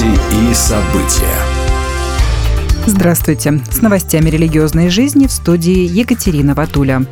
Новости и события. Здравствуйте! С новостями религиозной жизни в студии Екатерина Ватуля.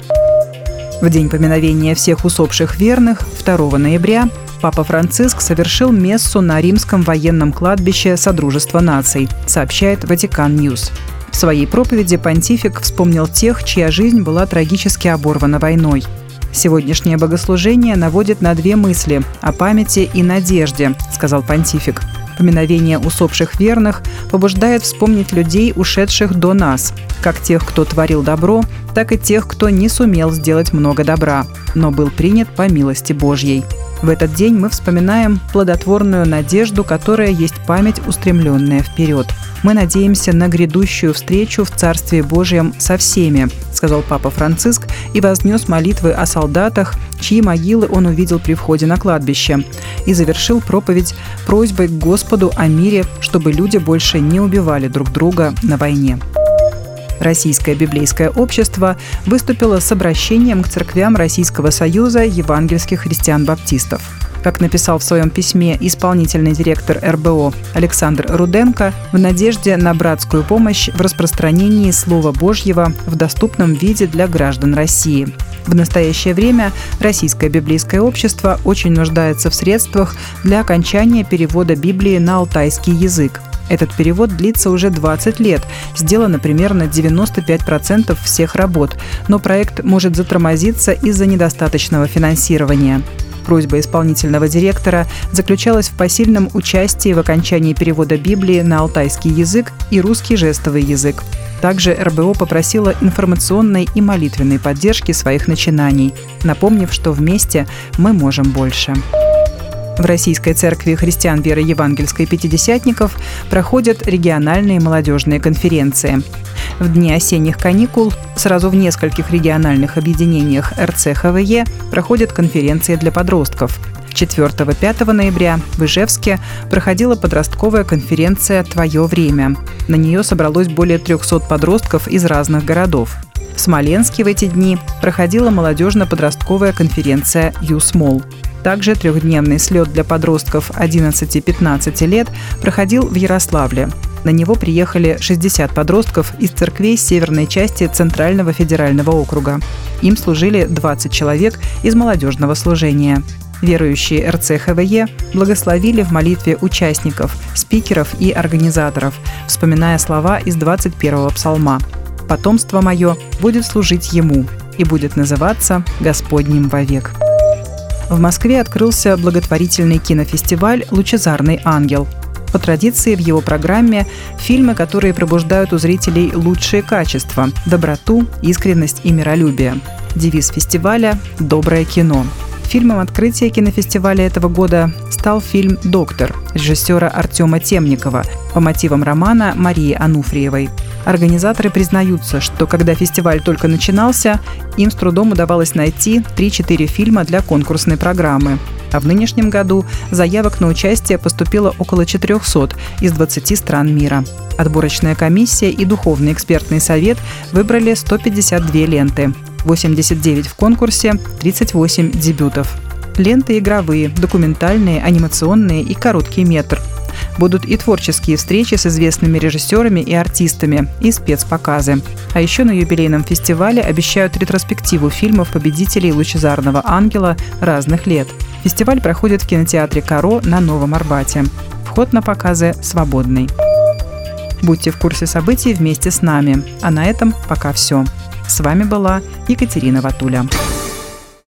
В день поминовения всех усопших верных, 2 ноября, Папа Франциск совершил мессу на римском военном кладбище Содружества наций, сообщает Ватикан Ньюс. В своей проповеди понтифик вспомнил тех, чья жизнь была трагически оборвана войной. «Сегодняшнее богослужение наводит на две мысли – о памяти и надежде», – сказал понтифик. Поминовение усопших верных побуждает вспомнить людей, ушедших до нас, как тех, кто творил добро, так и тех, кто не сумел сделать много добра, но был принят по милости Божьей. В этот день мы вспоминаем плодотворную надежду, которая есть память, устремленная вперед. Мы надеемся на грядущую встречу в Царстве Божьем со всеми, сказал Папа Франциск и вознес молитвы о солдатах, чьи могилы он увидел при входе на кладбище, и завершил проповедь просьбой к Господу о мире, чтобы люди больше не убивали друг друга на войне. Российское библейское общество выступило с обращением к церквям Российского союза евангельских христиан-баптистов. Как написал в своем письме исполнительный директор РБО Александр Руденко, в надежде на братскую помощь в распространении Слова Божьего в доступном виде для граждан России. В настоящее время Российское библейское общество очень нуждается в средствах для окончания перевода Библии на алтайский язык. Этот перевод длится уже 20 лет, сделано примерно 95% всех работ, но проект может затормозиться из-за недостаточного финансирования. Просьба исполнительного директора заключалась в посильном участии в окончании перевода Библии на алтайский язык и русский жестовый язык. Также РБО попросила информационной и молитвенной поддержки своих начинаний, напомнив, что вместе мы можем больше. В Российской церкви христиан веры евангельской пятидесятников проходят региональные молодежные конференции. В дни осенних каникул сразу в нескольких региональных объединениях РЦХВЕ проходят конференции для подростков. 4-5 ноября в Ижевске проходила подростковая конференция «Твое время». На нее собралось более 300 подростков из разных городов. В Смоленске в эти дни проходила молодежно-подростковая конференция «ЮСМОЛ». Также трехдневный слет для подростков 11-15 лет проходил в Ярославле. На него приехали 60 подростков из церквей северной части Центрального федерального округа. Им служили 20 человек из молодежного служения. Верующие РЦХВЕ благословили в молитве участников, спикеров и организаторов, вспоминая слова из 21-го псалма. «Потомство мое будет служить ему и будет называться Господним вовек». В Москве открылся благотворительный кинофестиваль «Лучезарный ангел». По традиции в его программе фильмы, которые пробуждают у зрителей лучшие качества – доброту, искренность и миролюбие. Девиз фестиваля – «Доброе кино». Фильмом открытия кинофестиваля этого года стал фильм «Доктор» режиссера Артема Темникова по мотивам романа Марии Ануфриевой. Организаторы признаются, что когда фестиваль только начинался, им с трудом удавалось найти 3-4 фильма для конкурсной программы. А в нынешнем году заявок на участие поступило около 400 из 20 стран мира. Отборочная комиссия и духовный экспертный совет выбрали 152 ленты. 89 в конкурсе, 38 дебютов. Ленты игровые, документальные, анимационные и короткий метр. Будут и творческие встречи с известными режиссерами и артистами, и спецпоказы. А еще на юбилейном фестивале обещают ретроспективу фильмов победителей «Лучезарного ангела» разных лет. Фестиваль проходит в кинотеатре «Каро» на Новом Арбате. Вход на показы свободный. Будьте в курсе событий вместе с нами. А на этом пока все. С вами была Екатерина Ватуля.